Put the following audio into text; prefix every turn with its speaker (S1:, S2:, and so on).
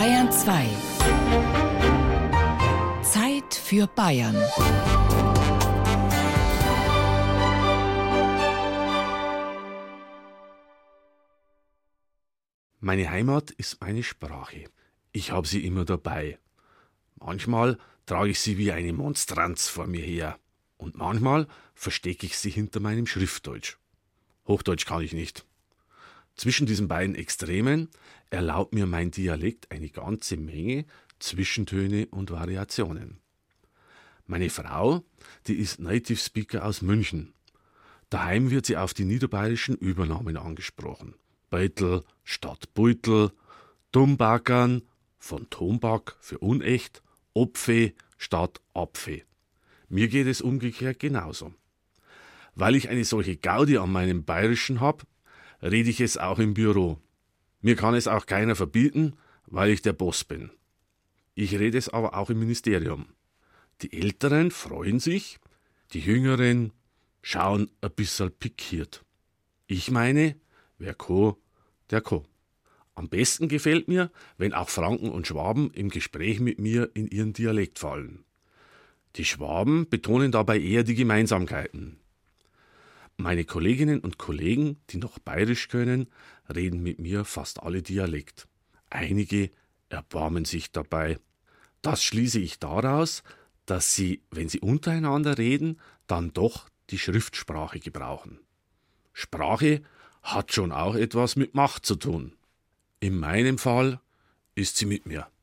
S1: Bayern 2. Zeit für Bayern.
S2: Meine Heimat ist meine Sprache. Ich habe sie immer dabei. Manchmal trage ich sie wie eine Monstranz vor mir her. Und manchmal verstecke ich sie hinter meinem Schriftdeutsch. Hochdeutsch kann ich nicht. Zwischen diesen beiden Extremen erlaubt mir mein Dialekt eine ganze Menge Zwischentöne und Variationen. Meine Frau, die ist Native Speaker aus München. Daheim wird sie auf die niederbayerischen Übernahmen angesprochen. Beitel statt Beutel, Dumbackern von Tomback für unecht, Opfe statt Apfe. Mir geht es umgekehrt genauso. Weil ich eine solche Gaudi an meinem Bayerischen habe, rede ich es auch im Büro. Mir kann es auch keiner verbieten, weil ich der Boss bin. Ich rede es aber auch im Ministerium. Die Älteren freuen sich, die Jüngeren schauen ein bisschen pikiert. Ich meine, wer kann, der kann. Am besten gefällt mir, wenn auch Franken und Schwaben im Gespräch mit mir in ihren Dialekt fallen. Die Schwaben betonen dabei eher die Gemeinsamkeiten. Meine Kolleginnen und Kollegen, die noch Bayerisch können, reden mit mir fast alle Dialekt. Einige erbarmen sich dabei. Das schließe ich daraus, dass sie, wenn sie untereinander reden, dann doch die Schriftsprache gebrauchen. Sprache hat schon auch etwas mit Macht zu tun. In meinem Fall ist sie mit mir.